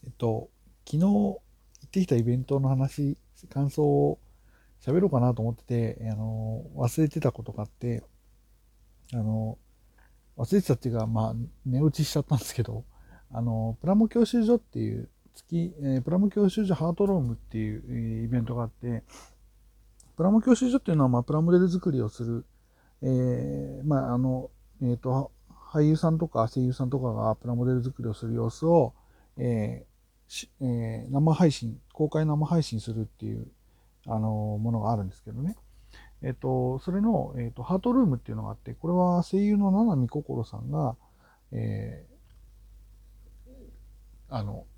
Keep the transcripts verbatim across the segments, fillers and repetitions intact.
えっと、昨日行ってきたイベントの話、感想を喋ろうかなと思ってて、あの、忘れてたことがあって、あの、忘れてたっていうか、まあ、寝落ちしちゃったんですけど、あの、プラモ教習所っていう、月、えープラモ教習所ハートロームっていうえーイベントがあって、プラモ教習所っていうのは、まあ、プラモデル作りをする、えーまあ、あの、えっと、俳優さんとか声優さんとかがプラモデル作りをする様子を、えーしえー生配信、公開生配信するっていう、あのものがあるんですけどね。えっと、それの、えっと、ハートルームっていうのがあって、これは声優の七海心さんが、えーあの、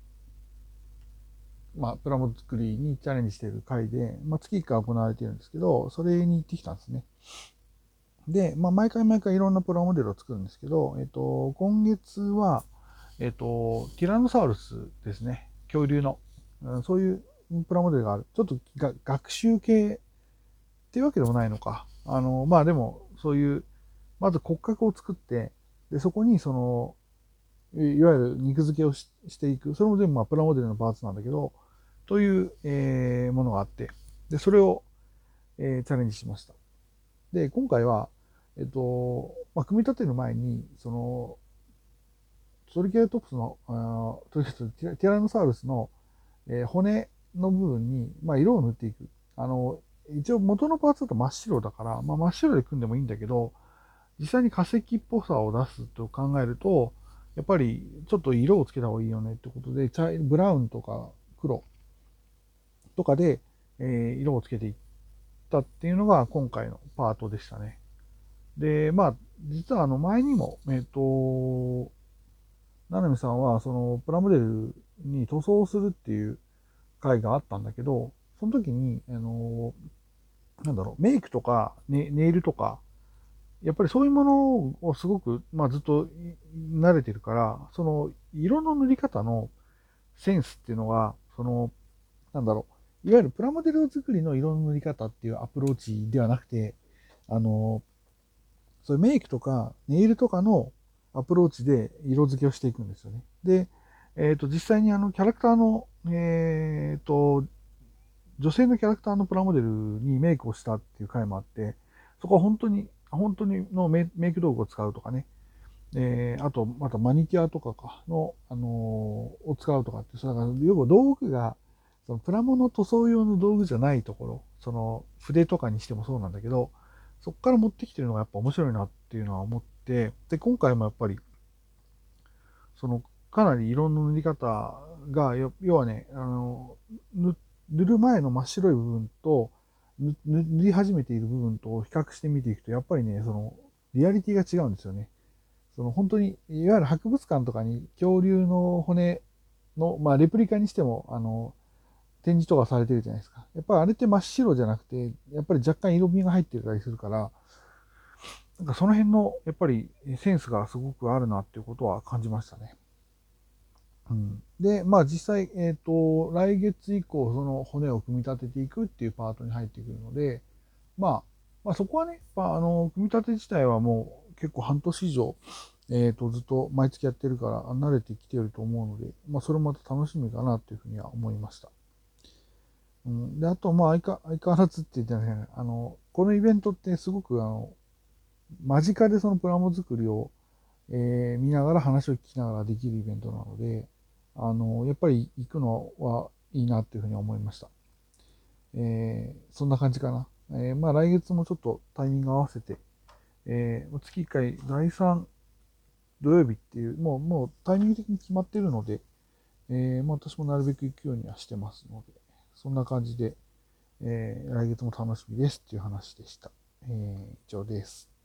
まあ、プラモ作りにチャレンジしている回で、まあ、月いっかい行われているんですけど、それに行ってきたんですね。で、まあ、毎回毎回いろんなプラモデルを作るんですけど、えっと、今月は、えっと、ティラノサウルスですね。恐竜の。うんそういうプラモデルがある。ちょっとが学習系っていうわけでもないのか。あの、まあでも、そういう、まず骨格を作って、で、そこにその、いわゆる肉付けをししていく。それも全部まあプラモデルのパーツなんだけど、という、えーものがあって、で、それを、えーチャレンジしました。で、今回は、えっと、まあ、組み立てる前に、その、トリケラトプスの、あトリケラトプスティラノサウルスの、えー骨の部分に、まあ、色を塗っていく。あの、一応元のパーツだと真っ白だから、まあ、真っ白で組んでもいいんだけど、実際に化石っぽさを出すと考えると、やっぱりちょっと色をつけた方がいいよねってことで、茶ブラウンとか黒とかで、えー色をつけていったっていうのが今回のパートでしたね。で、まあ、実はあの前にも、えっと、ななみさんはそのプラモデルに塗装するっていう回があったんだけど、その時に、あの、なんだろう、メイクとかネネイルとか、やっぱりそういうものをすごく、まあ、ずっと慣れてるから、その色の塗り方のセンスっていうのが、その、なんだろう、いわゆるプラモデル作りの色の塗り方っていうアプローチではなくて、あの、そういうメイクとかネイルとかのアプローチで色付けをしていくんですよね。で、えっ、と、実際にあのキャラクターの、えっ、と、女性のキャラクターのプラモデルにメイクをしたっていう回もあって、そこは本当に、本当にのメイク道具を使うとかね、えー、あと、またマニキュアとかかの、あのーを使うとかって、それから要は道具が、そのプラモの塗装用の道具じゃないところ、その筆とかにしてもそうなんだけど、そこから持ってきてるのがやっぱ面白いなっていうのは思って、で、今回もやっぱり、その、かなり色の塗り方が、要はね、あの、塗る前の真っ白い部分と、塗り始めている部分と比較してみていくと、やっぱりね、その、リアリティが違うんですよね。その本当に、いわゆる博物館とかに恐竜の骨の、まあ、レプリカにしても、あの、展示とかされてるじゃないですか。やっぱりあれって真っ白じゃなくて、やっぱり若干色味が入ってたりするから、なんかその辺の、やっぱりセンスがすごくあるなっていうことは感じましたね。うん、で、まあ実際、えっと、来月以降、その骨を組み立てていくっていうパートに入ってくるので、まあ、まあそこはね、まあ、あの、組み立て自体はもう結構半年以上、えっと、ずっと毎月やってるから慣れてきてると思うので、まあそれもまた楽しみかなというふうには思いました。うん、で、あと、まあ相か相変わらずって言ってね、あの、このイベントってすごく、あの、間近でそのプラモ作りを、えー見ながら話を聞きながらできるイベントなので、あの、やっぱり行くのはいいなっていうふうに思いました。えーそんな感じかな。えーまあ来月もちょっとタイミング合わせて、えー月いっかいだいさん土曜日っていう、もう、もうタイミング的に決まってるので、えーまあ私もなるべく行くようにはしてますので、そんな感じで、えー来月も楽しみですっていう話でした。えー以上です。